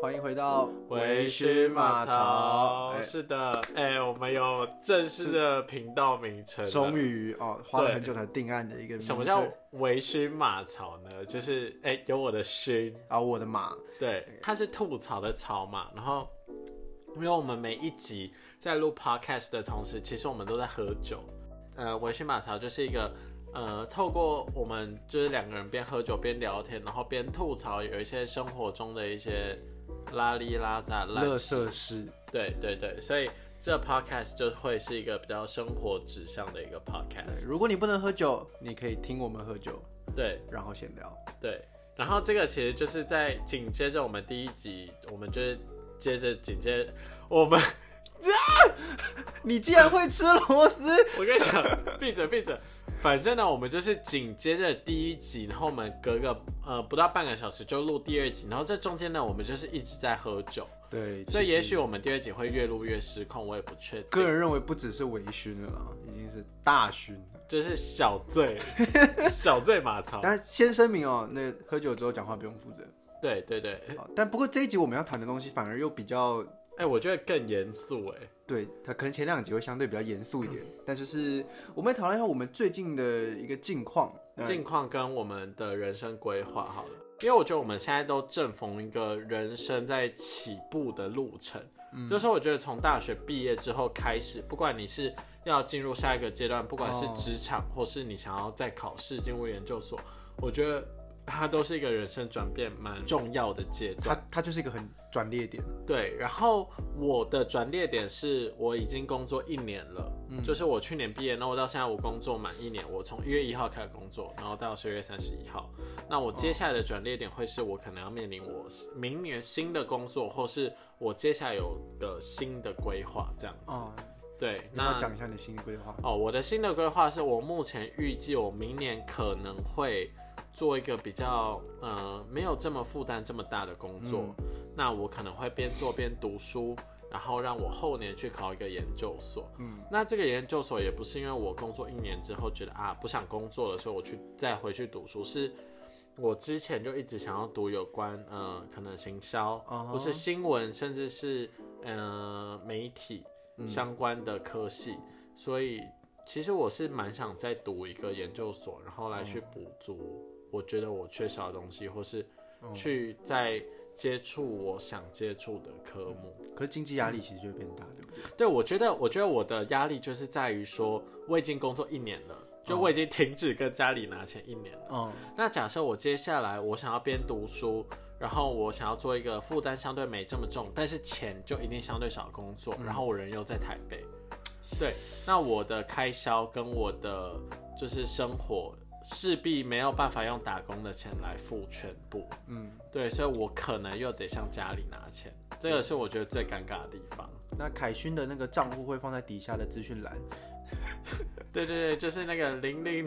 欢迎回到微醺马槽。是的，我们有正式的频道名称了， 终于花了很久才定案的一个名字。 什么叫微醺马槽呢？就是有我的醺我的马， 对，它是吐槽的槽嘛。然后，因为我们每一集在录 podcast 的同时，其实我们都在喝酒。微醺马槽就是一个。透过我们就是两个人边喝酒边聊天，然后边吐槽有一些生活中的一些拉里拉杂垃圾事， 对，所以这 podcast 就会是一个比较生活指向的一个 podcast。 如果你不能喝酒，你可以听我们喝酒， 对， 然后闲聊， 对，然后这个其实就是在紧接着我们第一集，我们就是紧接我们， 你竟然会吃螺丝！ 我跟你讲，闭嘴。反正呢，我们就是紧接着第一集，然后我们隔个不到半个小时就录第二集，然后这中间呢，我们就是一直在喝酒。 对， 所以也许我们第二集会越录越失控，我也不确定。 个人认为不只是微醺了啦，已经是大醺了， 就是小醉，小醉马槽。 但先声明那喝酒之后讲话不用负责。 对。 但不过这一集我们要谈的东西反而又比较。 我觉得更严肃对，它可能前两集会相对比较严肃一点，但就是我们讨论一下我们最近的一个近况跟我们的人生规划好了，因为我觉得我们现在都正逢一个人生在起步的路程，就是说我觉得从大学毕业之后开始，不管你是要进入下一个阶段，不管是职场或是你想要再考试进入研究所，我觉得它都是一个人生转变蛮重要的阶段， 它就是一个很转捩点。 对，然后我的转捩点是我已经工作1年了，就是我去年毕业，然后我到现在我工作满1年，我从1月1号开始工作，然后到12月31号，那我接下来的转捩点会是我可能要面临我明年新的工作，或是我接下来有的新的规划这样子。对， 那讲一下你新的规划。 我的新的规划是我目前预计我明年可能会做一个比较没有这么负担这么大的工作，那我可能会边做边读书，然后让我后年去考一个研究所。那这个研究所也不是因为我工作1年之后觉得不想工作了，所以我再回去读书，是我之前就一直想要读有关可能行销，或是新闻，甚至是媒体相关的科系，所以其实我是蛮想再读一个研究所，然后来去补足我觉得我缺少的东西，或是去再接触我想接触的科目。 可是经济压力其实就会变大，对不对？ 对，我觉得我的压力就是在于说，我已经工作1年了，就我已经停止跟家里拿钱1年了。那假设我接下来我想要边读书，然后我想要做一个负担相对没这么重，但是钱就一定相对少的工作，然后我人又在台北，对，那我的开销跟我的就是生活势必没有办法用打工的钱来付全部，对，所以我可能又得向家里拿钱，这个是我觉得最尴尬的地方。 那凯勋的那个账户会放在底下的资讯栏。 对，就是那个000。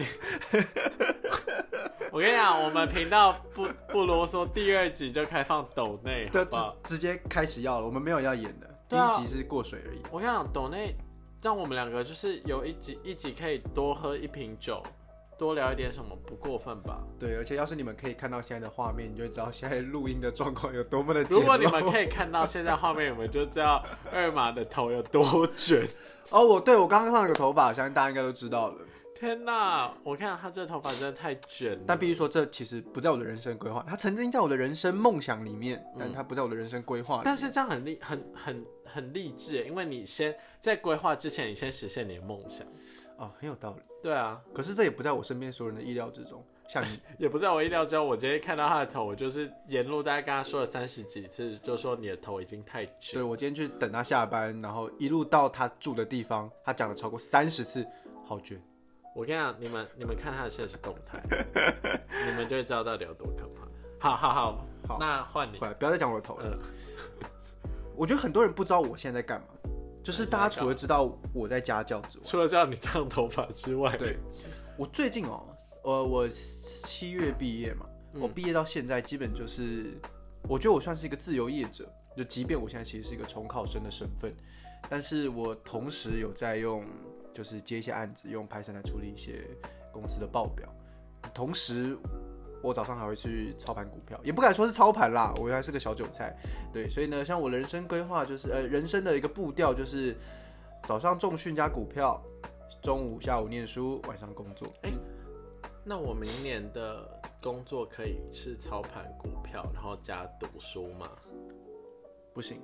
我跟你讲，我们频道不啰嗦，第2集就开放抖内，好不好？ 直接开始要了，我们没有要演的，第1集是过水而已。 我跟你讲，抖内让我们两个就是有一集可以多喝1瓶酒。多聊一点什么不过分吧？ 对，而且要是你们可以看到现在的画面，你就会知道现在录音的状况有多么的简陋。 如果你们可以看到现在画面，你们就知道二马的头有多卷。 我刚刚上了个头发，相信大家应该都知道了。 天哪，我看他这头发真的太卷了。 但必须说，这其实不在我的人生规划，他曾经在我的人生梦想里面，但他不在我的人生规划里面。 但是这样很励志，因为你先在规划之前，你先实现你的梦想。 很有道理。 对啊， 可是这也不在我身边所有人的意料之中，像你也不在我意料之中。我今天看到他的头，我就是沿路大概跟他说了30几次，就说你的头已经太卷。 对，我今天去等他下班，然后一路到他住的地方，他讲了超过30次，好卷。 我跟你讲，你们看他的现实动态，你们就会知道到底有多可怕。好，那换你， 不要再讲我的头了。我觉得很多人不知道我现在在干嘛。就是大家除了知道我在家教之外， 除了知道你烫头发之外， 对，我最近我7月毕业嘛，我毕业到现在基本就是，我觉得我算是一个自由业者，就即便我现在其实是一个重考生的身份，但是我同时有在就是接一些案子，用 Python 来处理一些公司的报表，同时我早上还会去操盘股票，也不敢说是操盘啦，我还是个小韭菜。对，所以呢，像我的人生规划就是人生的一个步调就是早上重训加股票，中午下午念书，晚上工作。 那我明年的工作可以是操盘股票，然后加读书吗？ 不行。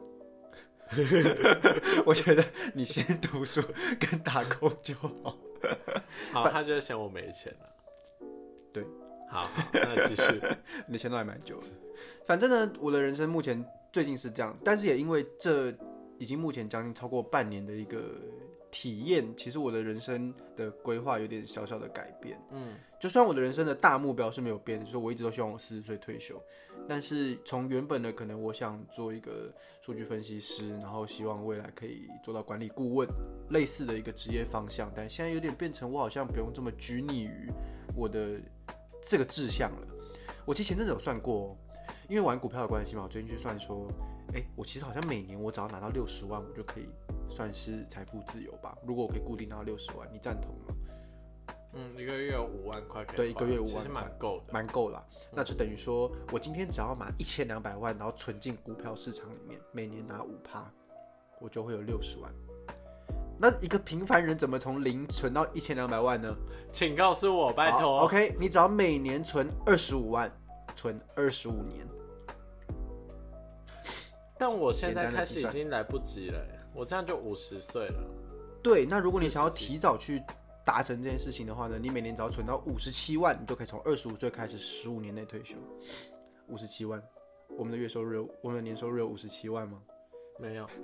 我觉得你先读书跟打工就好。 好，他就嫌我没钱了。 对， 好，那继续。 你的钱都还蛮久的。反正呢，我的人生目前最近是这样，但是也因为这已经目前将近超过半年的一个体验，其实我的人生的规划有点小小的改变。就算我的人生的大目标是没有变的，就是我一直都希望我40岁退休，但是从原本的可能我想做一个数据分析师，然后希望未来可以做到管理顾问类似的一个职业方向，但现在有点变成我好像不用这么拘泥于我的这个志向了。我其实前阵子有算过因为玩股票的关系嘛，我最近去算说，我其实好像每年我只要拿到60万，我就可以算是财富自由吧。如果我可以固定拿到60万，你赞同吗？ 一个月有5万块可以花， 对，一个月5万块， 其实蛮够的， 蛮够啦。那就等于说我今天只要买1200万，然后存进股票市场里面，每年拿5%，我就会有60万。那一个平凡人怎么从0存到1200万呢？ 请告诉我，拜托。 OK， 你只要每年存25万，存25年。 但我现在开始已经来不及了，我这样就50岁了。 对，那如果你想要提早去达成这件事情的话呢，你每年只要存到57万，你就可以从25岁开始15年内退休。57万，我们的年收入有57万吗？ 没有。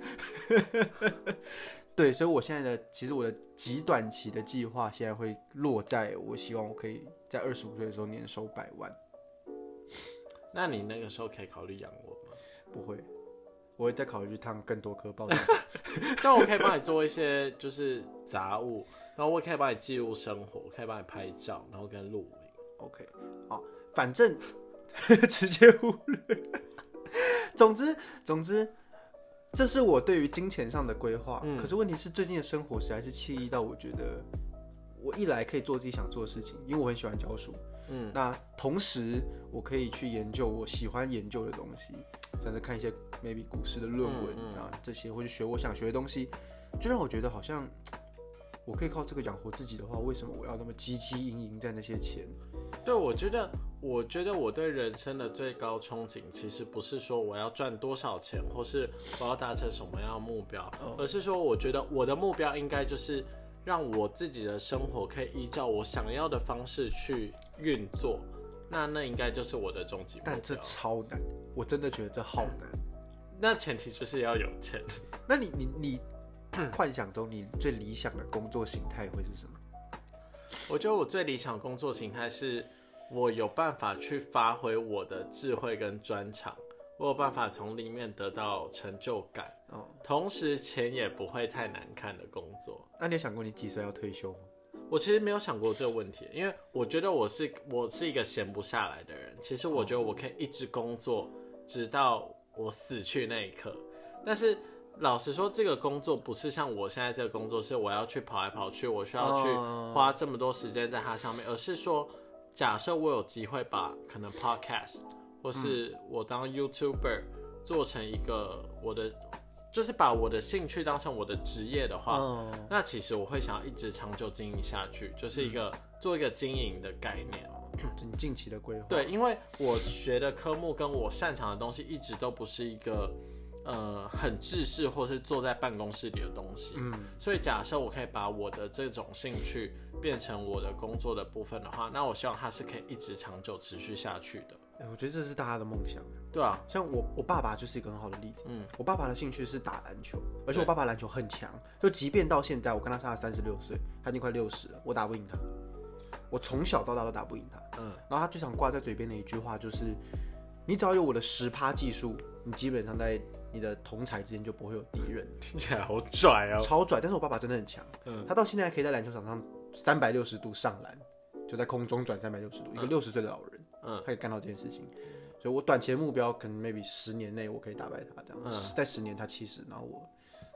对，所以我现在其实我的极短期的计划现在会落在我希望我可以在25岁的时候年收100万。 那你那个时候可以考虑养我吗？ 不会，我会再考虑去烫更多颗爆炸。 但我可以帮你做一些就是杂物，然后我可以帮你记录生活，可以帮你拍照，然后跟录影。 OK， 好，反正直接忽略。总之，这是我对于金钱上的规划。可是问题是，最近的生活实在是惬意到我觉得，我一来可以做自己想做的事情，因为我很喜欢教书。那同时我可以去研究我喜欢研究的东西，像是看一些 maybe 股市的论文啊这些，或者学我想学的东西，就让我觉得好像我可以靠这个养活自己的话，为什么我要那么汲汲营营在那些钱？ 对，我觉得我对人生的最高憧憬，其实不是说我要赚多少钱，或是我要达成什么样的目标，而是说我觉得我的目标应该就是让我自己的生活可以依照我想要的方式去运作，那应该就是我的终极目标。 但这超难，我真的觉得这好难。 那前提就是要有钱。 那你幻想中你最理想的工作形态会是什么？ 我觉得我最理想的工作形态是，我有办法去发挥我的智慧跟专长，我有办法从里面得到成就感，同时钱也不会太难看的工作。 那你有想过你几岁要退休吗？ 我其实没有想过这个问题，因为我觉得我是一个闲不下来的人。其实我觉得我可以一直工作，直到我死去那一刻。但是老实说，这个工作不是像我现在这个工作，是我要去跑来跑去，我需要去花这么多时间在它上面，而是说，假设我有机会把可能 podcast 或是我当 YouTuber 做成一个就是把我的兴趣当成我的职业的话，那其实我会想要一直长久经营下去，就是做一个经营的概念。 你近期的规划？ 对，因为我学的科目跟我擅长的东西一直都不是一个很制式或是坐在办公室里的东西，所以假设我可以把我的这种兴趣变成我的工作的部分的话，那我希望它是可以一直长久持续下去的。 我觉得这是大家的梦想。 对啊， 像我爸爸就是一个很好的例子。我爸爸的兴趣是打篮球，而且我爸爸篮球很强，就即便到现在我跟他差了36岁，他已经快60了，我打不赢他。我从小到大都打不赢他。然后他最常挂在嘴边的一句话就是：你只要有我的10%技术，你基本上在你的同侪之间就不会有敌人。 听起来好拽哦， 超拽！但是我爸爸真的很强，他到现在还可以在篮球场上360度上篮，就在空中转360度，一个60岁的老人，他可以干到这件事情。所以我短期的目标可能 maybe 10年内我可以打败他，这样，在10年他70，然后我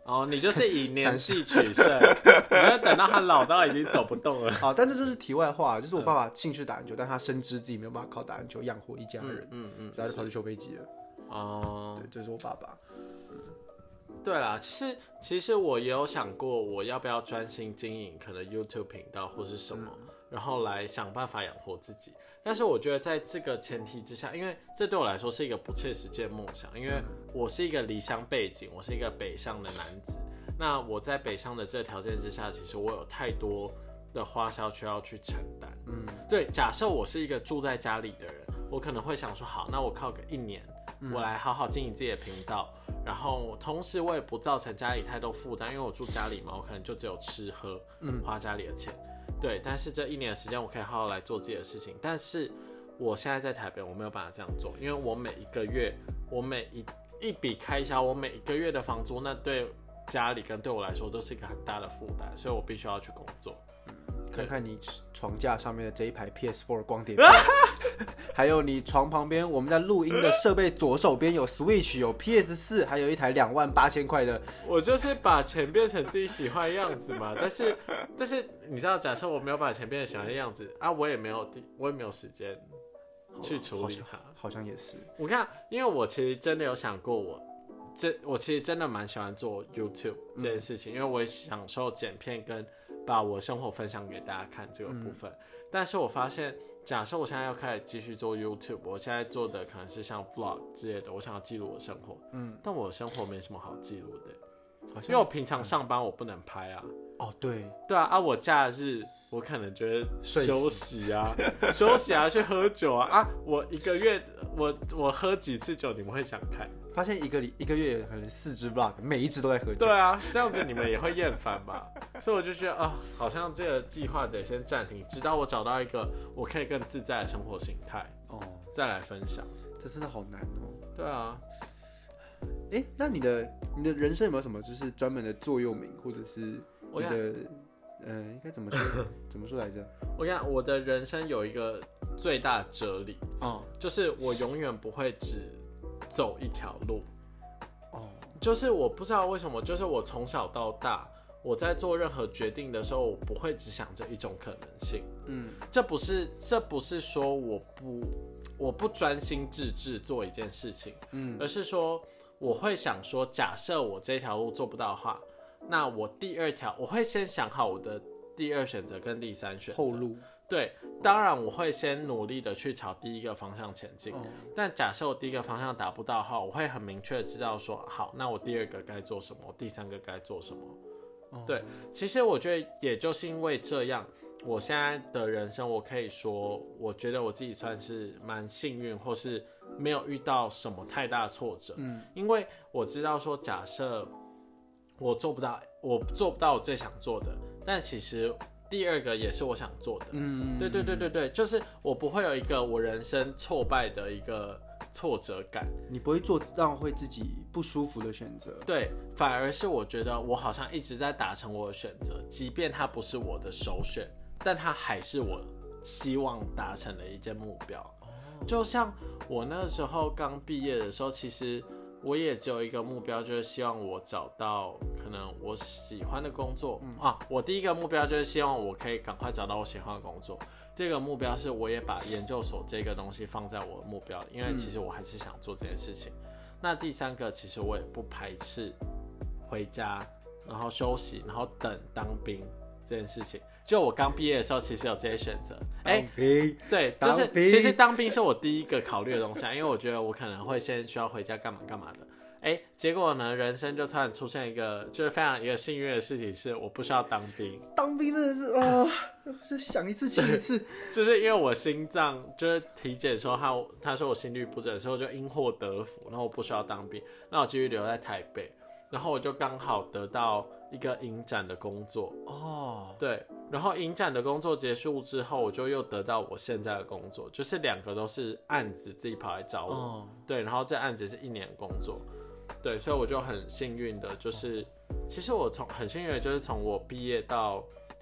哦，你就是以年纪取胜，你要等到他老到已经走不动了。 好，但这就是题外话，就是我爸爸兴趣打篮球，但他深知自己没有办法靠打篮球养活一家人，所以他就跑去修飞机了。哦，对，这是我爸爸。 对啦，其实我也有想过，我要不要专心经营可能 YouTube 频道或是什么，然后来想办法养活自己。但是我觉得在这个前提之下，因为这对我来说是一个不切实际的梦想，因为我是一个离乡背景，我是一个北上的男子。那我在北上的这个条件之下，其实我有太多的花销需要去承担。对，假设我是一个住在家里的人，我可能会想说，好，那我靠个1年。我来好好经营自己的频道，然后同时我也不造成家里太多负担，因为我住家里嘛，我可能就只有吃喝，花家里的钱。对，但是这1年的时间，我可以好好来做自己的事情。但是我现在在台北，我没有办法这样做，因为我每一个月，我每一笔开销，我每一个月的房租，那对家里跟对我来说都是一个很大的负担，所以我必须要去工作。 看看你床架上面的这一排 PS4 光碟片，还有你床旁边我们在录音的设备左手边有 Switch 有 PS4， 还有一台28000块的。 我就是把钱变成自己喜欢的样子嘛，但是你知道，假设我没有把钱变成喜欢的样子啊，我也没有时间去处理它。 好像也是。 我看，因为我其实真的有想过我其实真的蛮喜欢做 YouTube 这件事情，因为我也享受剪片跟把我生活分享给大家看这个部分。但是我发现，假设我现在要开始继续做 YouTube， 我现在做的可能是像 Vlog 之类的，我想要记录我的生活。但我的生活没什么好记录的，因为我平常上班我不能拍啊。 哦，对啊，我假日我可能觉得休息啊，休息啊，去喝酒啊，我一个月我喝几次酒，你们会想看？ 发现一个月可能4支 vlog， 每一支都在喝酒。 对啊，这样子你们也会厌烦吧？所以我就觉得好像这个计划得先暂停，直到我找到一个我可以更自在的生活形态，再来分享。 这真的好难哦。 对啊。 那你的人生有没有什么就是专门的座右铭，或者是你的应该怎么说？怎么说来着？ 我跟你讲，我的人生有一个最大的哲理，就是我永远不会只走一条路。就是我不知道为什么，就是我从小到大，我在做任何决定的时候，我不会只想着一种可能性。这不是说我不专心致志做一件事情，而是说我会想说，假设我这条路做不到的话，那我第二条我会先想好我的第2选择跟第3选择后路。 对，当然我会先努力的去朝第一个方向前进，但假设我第一个方向达不到的话，我会很明确的知道说，好，那我第2个该做什么，第3个该做什么。对，其实我觉得也就是因为这样，我现在的人生，我可以说，我觉得我自己算是蛮幸运，或是没有遇到什么太大的挫折。因为我知道说，假设我做不到我最想做的，但其实第2个也是我想做的。对，就是我不会有一个我人生挫败的一个挫折感， 你不会做让会自己不舒服的选择。 对，反而是我觉得我好像一直在达成我的选择，即便它不是我的首选，但它还是我希望达成的一件目标。就像我那时候刚毕业的时候，其实我也只有一个目标，就是希望我找到可能我喜欢的工作。我第一个目标就是希望我可以赶快找到我喜欢的工作。这个目标是我也把研究所这个东西放在我的目标里，因为其实我还是想做这件事情。那第3个，其实我也不排斥回家，然后休息，然后等当兵这件事情。就我刚毕业的时候，其实有这些选择。对，就是其实当兵是我第一个考虑的东西，因为我觉得我可能会先需要回家干嘛干嘛的。结果呢，人生就突然出现一个就是非常一个幸运的事情，是我不需要当兵。 当兵真的是是想一次气一次。 就是因为我心脏就是体检说他说我心律不整，所以我就因祸得福，然后我不需要当兵，那我继续留在台北，然后我就刚好得到一个影展的工作。对，然后影展的工作结束之后，我就又得到我现在的工作，就是2个都是案子自己跑来找我。对，然后这案子是1年工作。对，所以我就很幸运的，就是其实我很幸运的，就是从我毕业到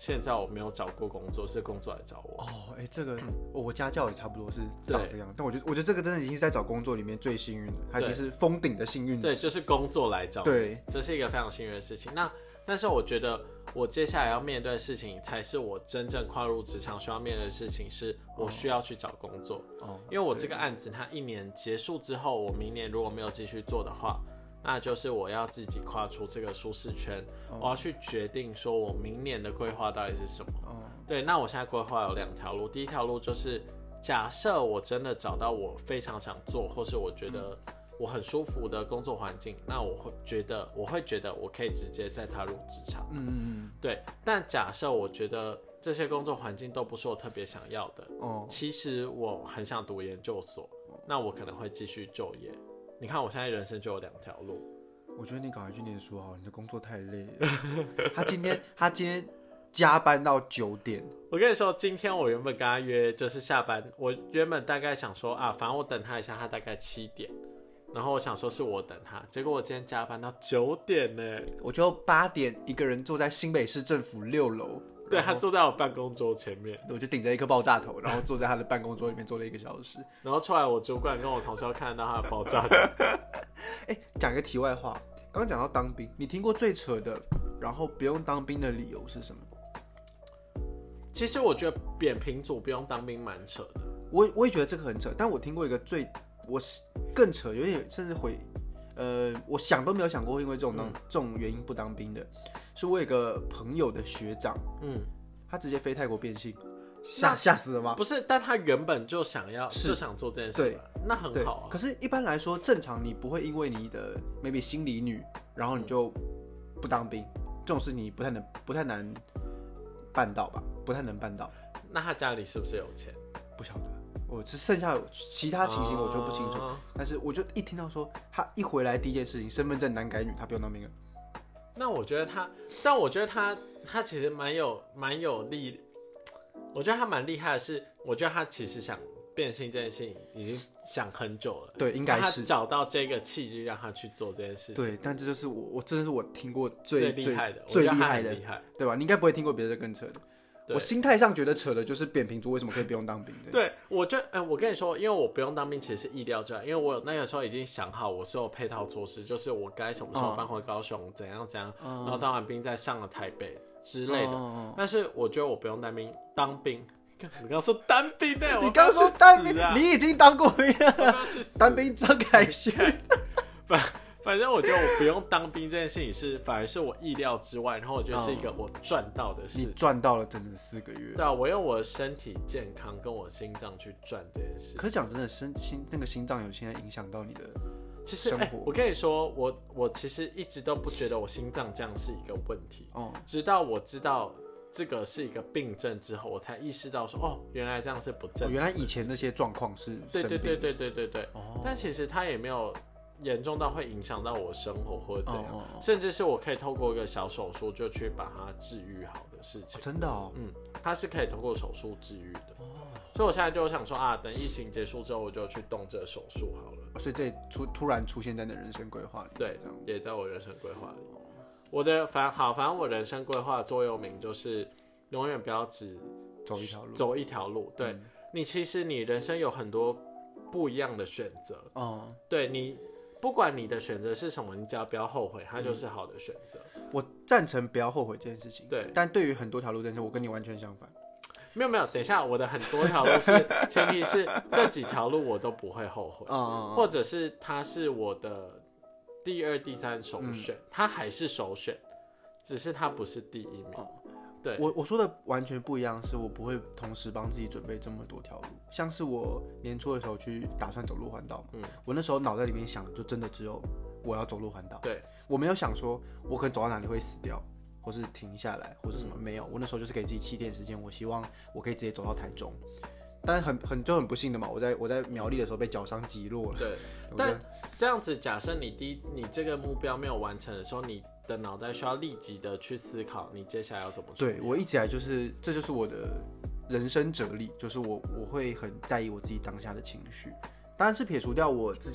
现在我没有找过工作，是工作来找我。 这个我家教也差不多是长这样，但我觉得这个真的已经是在找工作里面最幸运的，它已经是封顶的幸运值。 对，就是工作来找你，对，这是一个非常幸运的事情。但是我觉得我接下来要面对的事情，才是我真正跨入职场需要面对的事情，是我需要去找工作。因为我这个案子它1年结束之后，我明年如果没有继续做的话，那就是我要自己跨出这个舒适圈，我要去决定说我明年的规划到底是什么。对，那我现在规划有2条路，第一条路就是假设我真的找到我非常想做，或是我觉得我很舒服的工作环境，那我会觉得我可以直接再踏入职场。对。但假设我觉得这些工作环境都不是我特别想要的，其实我很想读研究所，那我可能会继续就业。你看我现在人生就有2条路。 我觉得你赶快去念书好，你的工作太累了。他今天加班到9点。 我跟你说，今天我原本跟他约就是下班，我原本大概想说反正我等他一下，他大概7点，然后我想说是我等他，结果我今天加班到9点呢。 我就8点一个人坐在新北市政府6楼。 对，他坐在我办公桌前面， 我就顶着一颗爆炸头，然后坐在他的办公桌里面坐了1个小时。 然后出来，我主管跟我同事都看得到他的爆炸头。 讲一个题外话，刚刚讲到当兵，你听过最扯的，然后不用当兵的理由是什么？ 其实我觉得扁平足不用当兵蛮扯的。 我也觉得这个很扯，但我听过一个我更扯，有点甚至我想都没有想过会因为这种原因不当兵的，是我有一个朋友的学长，他直接飞泰国变性，吓死了吗？ 不是，但他原本就想做这件事吧，那很好啊。 可是一般来说，正常你不会因为你的 maybe 心理女，然后你就不当兵，这种事你不太难办到吧？不太能办到。 那他家里是不是有钱？ 不晓得。我是剩下其他情形我就不清楚，但是我就一听到说他一回来第一件事情，身份证男改女，他不用当兵了。 那我觉得但我觉得他其实蛮有力，我觉得他蛮厉害的是，我觉得他其实想变性这件事情已经想很久了。 对，应该是他找到这个契机让他去做这件事情。 对，但这就是我真的是我听过最厉害的， 最厉害的， 对吧？你应该不会听过别的更扯的。我心态上觉得扯的就是扁平足为什么可以不用当兵的。 对，我跟你说，因为我不用当兵其实是意料之外，因为我那个时候已经想好我所有配套措施，就是我该什么时候搬回高雄，怎样，然后当完兵再上了台北之类的。但是我觉得我不用当兵。你刚刚说单兵呢？ 你刚说单兵，你已经当过兵了。单兵张凯旋。 反正我觉得我不用当兵这件事情反而是我意料之外，然后我觉得是一个我赚到的事。 你赚到了真的4个月。 对啊，我用我的身体健康跟我心脏去赚这件事。 可是讲真的，那个心脏有现在影响到你的生活。 我跟你说，我其实一直都不觉得我心脏这样是一个问题，直到我知道这个是一个病症之后，我才意识到说，原来这样是不正常的。 原来以前那些状况是生病。 对。但其实它也没有严重到会影响到我生活或者怎样，甚至是我可以透过一个小手术就去把它治愈好的事情。 真的哦， 它是可以透过手术治愈的。所以我现在就想说等疫情结束之后，我就去动这个手术好了。 所以这突然出现在你的人生规划里， 对，也在我人生规划里。反正我人生规划的座右铭就是永远不要只走一条路。对，其实你人生有很多不一样的选择。对，你不管你的选择是什么，你只要不要后悔，它就是好的选择。 我赞成不要后悔这件事情。 对， 但对于很多条路人生，我跟你完全相反。 没有，等一下，我的很多条路是前提是这几条路我都不会后悔，或者是它是我的第2、第3首选，它还是首选，只是它不是第1名。对， 我说的完全不一样，是我不会同时帮自己准备这么多条路。像是我年初的时候去打算走路环岛，我那时候脑袋里面想的就真的只有我要走路环岛。对，我没有想说我可能走到哪里会死掉，或是停下来，或是什么，没有。我那时候就是给自己7天时间，我希望我可以直接走到台中。但是很不幸的嘛，我在苗栗的时候被脚伤击落了。 对，但这样子，假设你这个目标没有完成的时候，你的脑袋需要立即的去思考，你接下来要怎么做。 对，我一直以来这就是我的人生哲理，就是我会很在意我自己当下的情绪。当然是撇除掉我自己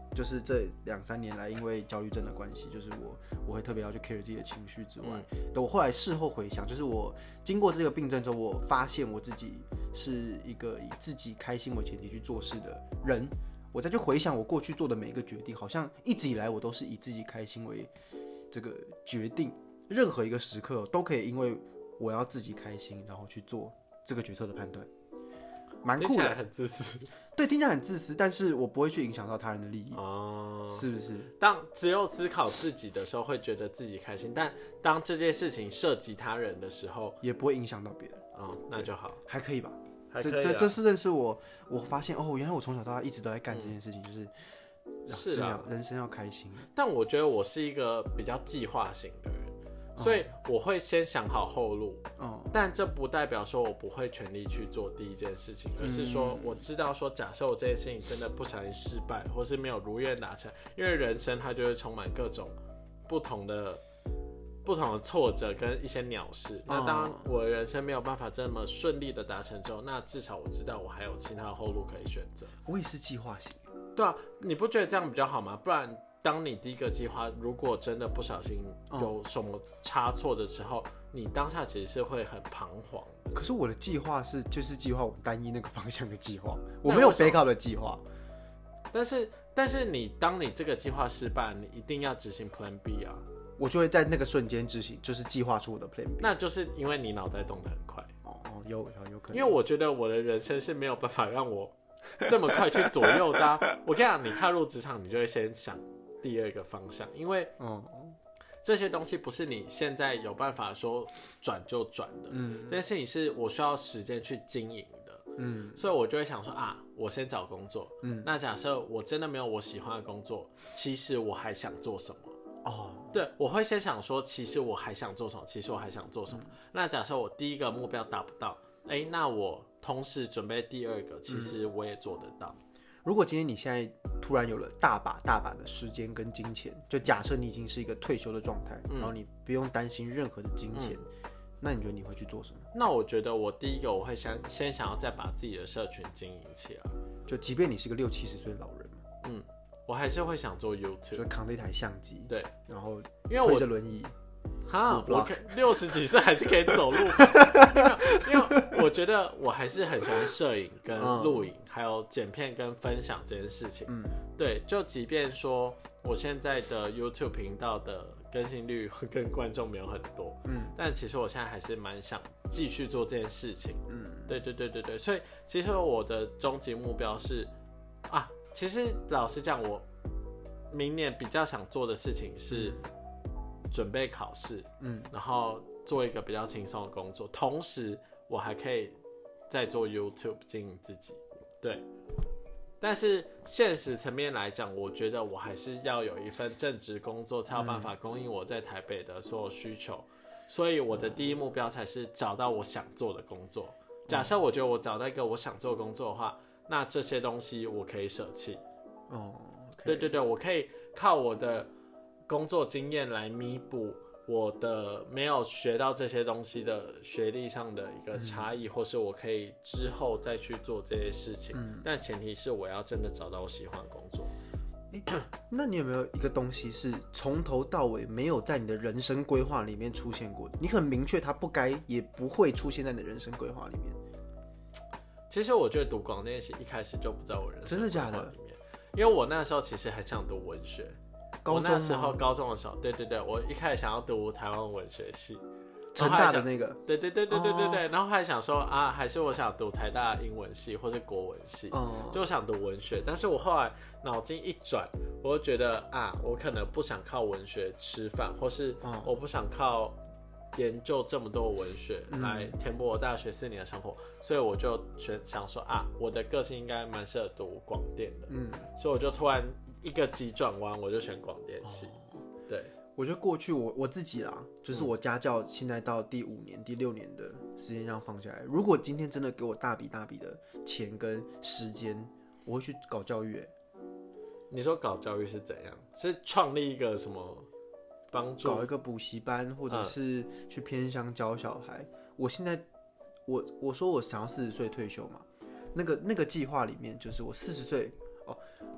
就是这2-3年来，因为焦虑症的关系，就是我会特别要去 care 自己的情绪之外，我后来事后回想，就是我经过这个病症之后，我发现我自己是一个以自己开心为前提去做事的人。我再去回想我过去做的每一个决定，好像一直以来我都是以自己开心为这个决定，任何一个时刻都可以因为我要自己开心，然后去做这个决策的判断，蛮酷的。 听起来很自私。 对，听起来很自私，但是我不会去影响到他人的利益，是不是？ 当只有思考自己的时候，会觉得自己开心，但当这件事情涉及他人的时候， 也不会影响到别人。 那就好， 还可以吧？ 还可以这是认识我发现原来我从小到大一直都在干这件事情，就是人生要开心。 但我觉得我是一个比较计划型的人。所以我会先想好后路，但这不代表说我不会全力去做第一件事情，而是说我知道说，假设我这件事情真的不小心失败，或是没有如愿达成，因为人生它就会充满各种不同的挫折跟一些鸟事。那当我的人生没有办法这么顺利的达成之后，那至少我知道我还有其他的后路可以选择。 我也是计划型， 对啊，你不觉得这样比较好吗？不然当你第一个计划如果真的不小心有什么差错的时候，你当下其实是会很彷徨。 可是我的计划就是计划我单一那个方向的计划，我没有backup的计划。 但是当你这个计划失败，你一定要执行 Plan B 啊。 我就会在那个瞬间执行，就是计划出我的 Plan B。 那就是因为你脑袋动得很快。 有可能。 因为我觉得我的人生是没有办法让我这么快去左右的我跟你讲，你踏入职场，你就会先想第二个方向，因为这些东西不是你现在有办法说转就转的，这件事情是我需要时间去经营的，所以我就会想说我先找工作，那假设我真的没有我喜欢的工作，其实我还想做什么？对，我会先想说，其实我还想做什么？那假设我第一个目标达不到，那我同时准备第二个，其实我也做得到。 如果今天你现在突然有了大把的时间跟金钱，就假设你已经是一个退休的状态，然后你不用担心任何的金钱，那你觉得你会去做什么？ 那我觉得我第一个我会先想要再把自己的社群经营起来， 就即便你是个60-70岁的老人嘛， 我还是会想做 YouTube， 就扛着一台相机， 对， 然后因为推着轮椅。 我60几岁还是可以走路因为我觉得我还是很喜欢摄影跟录影，还有剪片跟分享这件事情。对，就即便说我现在的 YouTube 频道的更新率跟观众没有很多，但其实我现在还是蛮想继续做这件事情。对，所以其实我的终极目标是其实老实讲，我明年比较想做的事情是准备考试，然后做一个比较轻松的工作，同时我还可以再做 YouTube 经营自己，对。但是现实层面来讲，我觉得我还是要有一份正职工作，才有办法供应我在台北的所有需求。所以我的第一目标才是找到我想做的工作。假设我觉得我找到一个我想做的工作的话，那这些东西我可以舍弃。对，我可以靠我的工作经验来弥补我的没有学到这些东西的学历上的一个差异，或是我可以之后再去做这些事情，但前提是我要真的找到我喜欢的工作。 那你有没有一个东西是从头到尾没有在你的人生规划里面出现过的？你很明确它不该也不会出现在你的人生规划里面。 其实我觉得读广电系一开始就不在我人生规划里面。 真的假的？ 因为我那时候其实很想读文学。我那时候高中的时候，对，我一开始想要读台湾文学系， 成大的那个， 对，然后还想说还是我想读台大英文系或是国文系，就想读文学，但是我后来脑筋一转，我就觉得我可能不想靠文学吃饭，或是我不想靠研究这么多文学来填补我大学4年的生活，所以我就想说我的个性应该蛮适合读广电的，所以我就突然一个急转弯，我就选广电系。对， 我觉得过去我自己啦，就是我家教现在到第5年、第6年的时间上放下来，如果今天真的给我大笔的钱跟时间，我会去搞教育。 你说搞教育是怎样？是创立一个什么帮助？ 搞一个补习班，或者是去偏乡教小孩。我现在我说我想要40岁退休嘛，那个计划里面就是我40岁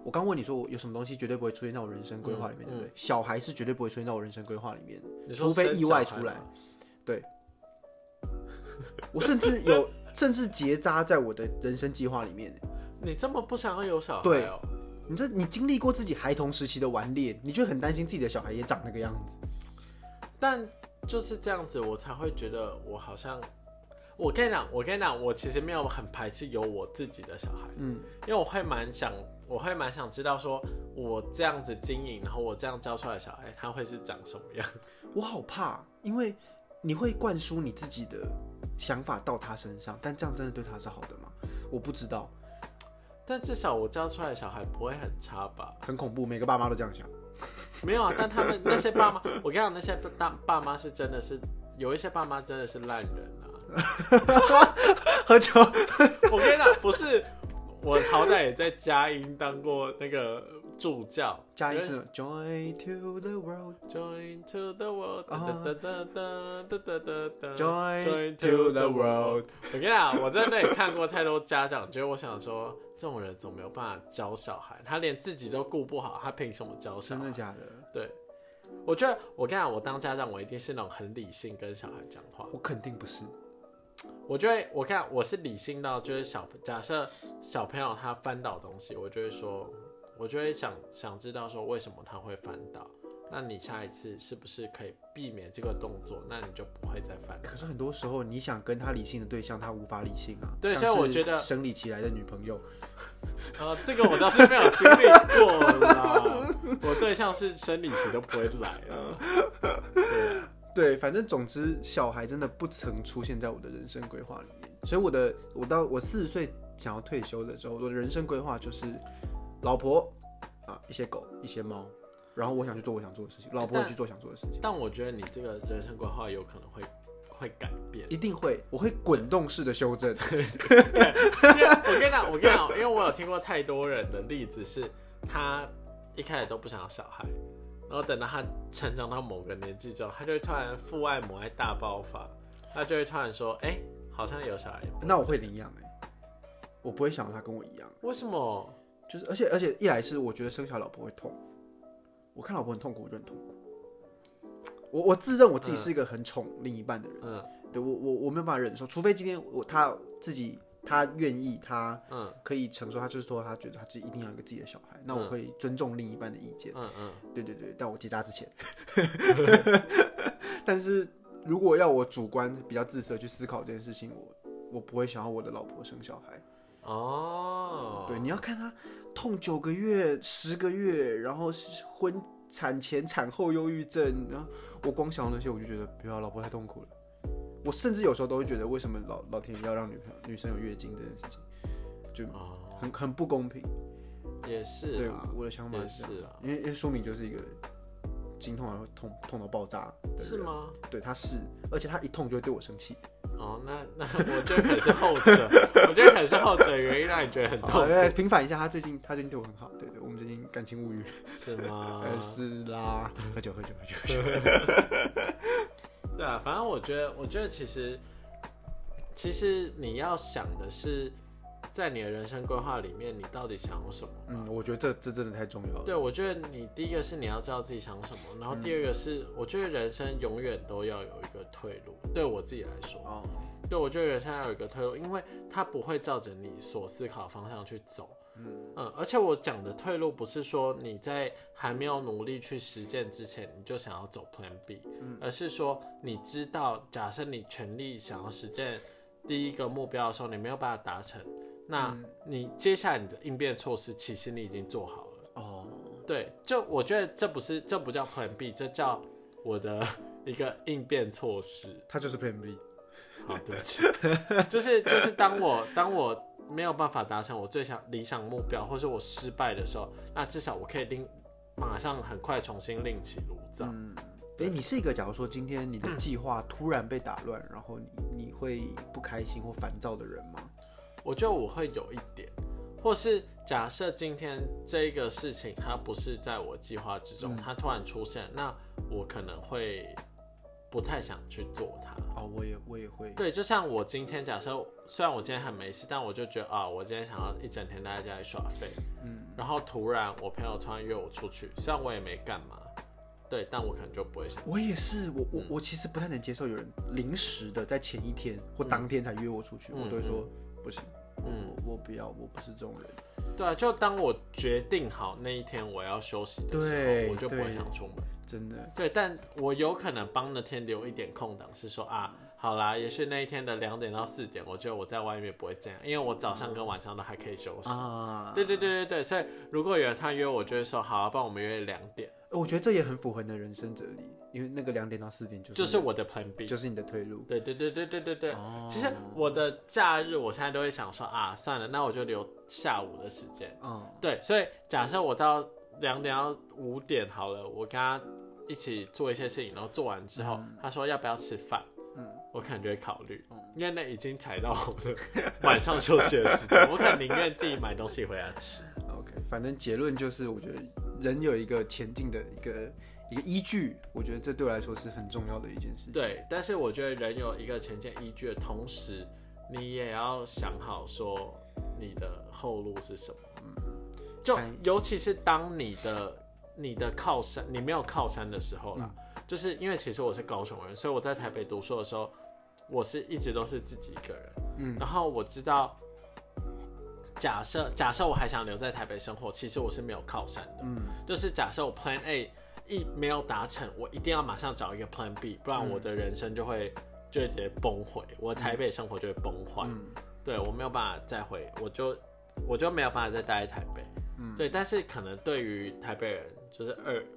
我刚问你说我有什么东西绝对不会出现在我人生规划里面，对不对？小孩是绝对不会出现在我人生规划里面，除非意外出来。对，我甚至结扎在我的人生计划里面。 你这么不想要有小孩哦？ 对，你经历过自己孩童时期的顽劣，你就很担心自己的小孩也长那个样子。 但就是这样子，我才会觉得我好像。我跟你讲，我其实没有很排斥有我自己的小孩，因为我会蛮想知道说，我这样子经营，然后我这样教出来的小孩，他会是长什么样子。 我好怕，因为你会灌输你自己的想法到他身上，但这样真的对他是好的吗？我不知道。 但至少我教出来的小孩不会很差吧？ 很恐怖，每个爸妈都这样想。 没有啊，但他们那些爸妈，我跟你讲，那些爸妈是真的是有一些爸妈真的是烂人啊。 喝酒， 我跟你讲，不是，我好歹也在佳音当过那个助教。 佳音是 Join to the world， Join to the world，Join to the world。 我跟你讲，我在那里看过太多家长，觉得我想说，这种人怎么没有办法教小孩？他连自己都顾不好，他凭什么教小孩？ 真的假的？ 对。我觉得，我跟你讲，我当家长，我一定是那种很理性跟小孩讲话。 我肯定不是。 我觉得，我看我是理性到，就是假设小朋友他翻倒东西，我就会说，我就会想知道说为什么他会翻倒。那你下一次是不是可以避免这个动作？那你就不会再翻倒。 可是很多时候，你想跟他理性的对象，他无法理性啊。 对，所以我觉得生理期来的女朋友， 这个我倒是没有经历过啦。我对象是生理期都不会来啊。 对，反正总之，小孩真的不曾出现在我的人生规划里面。所以我到我40岁想要退休的时候，我的人生规划就是老婆啊，一些狗，一些猫，然后我想去做我想做的事情，老婆也去做想做的事情。 但我觉得你这个人生规划有可能会改变， 一定会，我会滚动式的修正。 我跟你讲，因为我有听过太多人的例子是，他一开始都不想要小孩。然后等到他成长到某个年纪之后，他就会突然父爱母爱大爆发，他就会突然说：“好像有小孩。” 那我会领养我不会想要他跟我一样。 为什么？ 就是而且一来是我觉得生小孩老婆会痛，我看老婆很痛苦，我就很痛苦。我自认我自己是一个很宠另一半的人，对我没有办法忍受，除非今天他自己。他愿意，他可以承受，他就是说他觉得他自己一定要有一个自己的小孩，那我会尊重另一半的意见。对，但我结扎之前。但是如果要我主观比较自私的去思考这件事情，我不会想要我的老婆生小孩。 哦， 对，你要看他痛9个月、10个月，然后产前、产后忧郁症，然后我光想到那些，我就觉得不要，老婆太痛苦了。我甚至有时候都会觉得，为什么老天爷要让女生有月经这件事情，就很不公平。 也是， 对，我的想法是这样，因为书敏就是一个经痛会痛到爆炸的人。 是吗？ 对，他是，而且他一痛就会对我生气。 那我觉得可能是后者，我觉得可能是后者原因让你觉得很痛。 平反一下，他最近对我很好，对，我们最近感情物语。 是吗？ 是啦，喝酒。 对啊，反正我觉得其实你要想的是，在你的人生规划里面，你到底想要什么？ 我觉得这真的太重要了。 对，我觉得你第一个是你要知道自己想什么，然后第二个是，我觉得人生永远都要有一个退路。对我自己来说，对，我觉得人生要有一个退路，因为它不会照着你所思考的方向去走。而且我讲的退路不是说你在还没有努力去实践之前你就想要走 Plan B，而是说你知道，假设你全力想要实践第一个目标的时候，你没有办法达成，那你接下来你的应变措施其实你已经做好了。对，就我觉得这不叫 Plan B， 这叫我的一个应变措施。 它就是 Plan B。 好，对不起，就是当我没有办法达成我最理想目标，或是我失败的时候，那至少我可以马上很快重新另起炉灶。 你是一个假如说今天你的计划突然被打乱，然后你会不开心或烦躁的人吗？ 我觉得我会有一点，或是假设今天这个事情它不是在我计划之中，它突然出现，那我可能会不太想去做它。 哦，我也会。 对，就像我今天假设，虽然我今天很没事，但我就觉得啊，我今天想要一整天待在家里耍废，然后突然我朋友突然约我出去，虽然我也没干嘛，对，但我可能就不会想。 我也是，我其实不太能接受有人临时的在前一天或当天才约我出去，我都会说不行，我不要，我不是这种人。 对啊，就当我决定好那一天我要休息的时候，我就不会想出门。 真的。 对，但我有可能帮那天留一点空档，是说啊，好啦，也许那一天的2点到4点，我觉得我在外面不会这样，因为我早上跟晚上都还可以休息。对，所以如果有人突然约我，就会说好啊，不然我们约2点。 我觉得这也很符合你的人生哲理，因为那个2点到4点就是我的 Plan B， 就是你的退路。 对。其实我的假日，我现在都会想说啊，算了，那我就留下午的时间。对，所以假设我到2点到5点好了，我跟他一起做一些事情，然后做完之后，他说要不要吃饭，我可能就会考虑，因为那已经踩到我的晚上休息的时间，我可能宁愿自己买东西回家吃。 OK， 反正结论就是，我觉得人有一个前进的一个依据，我觉得这对我来说是很重要的一件事情。 对，但是我觉得人有一个前进依据的同时，你也要想好说你的后路是什么。就尤其是当你的靠山，你没有靠山的时候啦，就是因为其实我是高雄人，所以我在台北读书的时候，我是一直都是自己一个人。然后我知道，假设我还想留在台北生活，其实我是没有靠山的。就是假设我 Plan A 没有达成，我一定要马上找一个 Plan B， 不然我的人生就会直接崩毁，我的台北生活就会崩坏。对，我没有办法再回，我就没有办法再待在台北。对，但是可能对于台北人，就是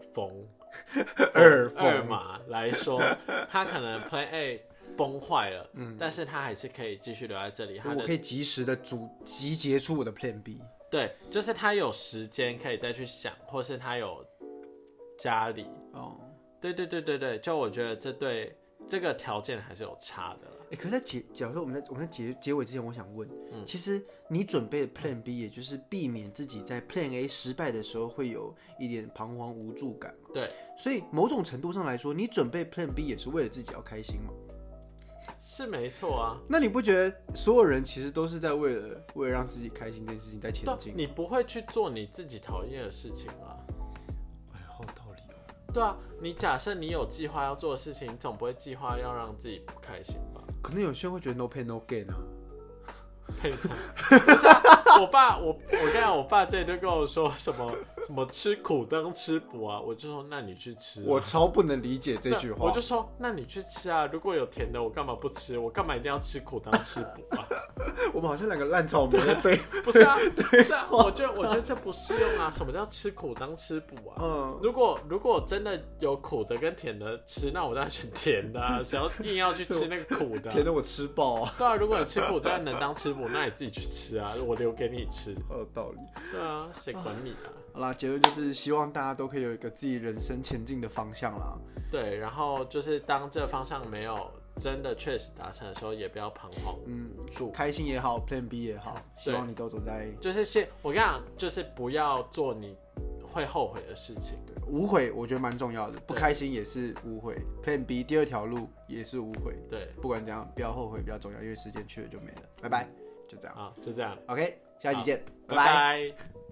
二马来说，他可能 Plan A 崩坏了，但是他还是可以继续留在这里。 我可以及时的集结出我的 Plan B。 对，就是他有时间可以再去想，或是他有家里。对，就我觉得这对这个条件还是有差的。 可是在假如我们在结尾之前，我想问，其实你准备的 Plan B， 也就是避免自己在 Plan A 失败的时候会有一点彷徨无助感嘛？ 对， 所以某种程度上来说，你准备 Plan B 也是为了自己要开心嘛？ 是没错啊。 那你不觉得所有人其实都是在为了让自己开心这件事情在前进？ 你不会去做你自己讨厌的事情啊？ 好有道理哦。 对啊，你假设你有计划要做的事情，你总不会计划要让自己不开心吧？ 可能有些人会觉得 no pain no gain 啊。 配上，不是啊，我刚才我爸这里就跟我说什么吃苦当吃补啊，我就说那你去吃啊。 我超不能理解这句话。 我就说那你去吃啊，如果有甜的我干嘛不吃？我干嘛一定要吃苦当吃补啊？ 我们好像两个烂草莓。对， 不是啊，不是啊，我觉得这不适用啊。什么叫吃苦当吃补啊？如果真的有苦的跟甜的吃，那我当然选甜的啊，谁要硬要去吃那个苦的？ 甜的我吃爆啊。 对啊，如果你吃苦真的能当吃补，那你自己去吃啊，我留给你吃。 好有道理。 对啊，谁管你啊？ 好啦，结论就是希望大家都可以有一个自己人生前进的方向啦。 对，然后就是当这个方向没有真的确实达成的时候，也不要彷徨住。 开心也好 ，Plan B 也好，希望你都走在就是我跟你讲，就是不要做你会后悔的事情。 无悔我觉得蛮重要的，不开心也是无悔。Plan B 第二条路也是无悔。 对， 不管怎样，不要后悔比较重要，因为时间去了就没了。拜拜，就这样。 好，就这样。 OK， 下一集见，拜拜拜。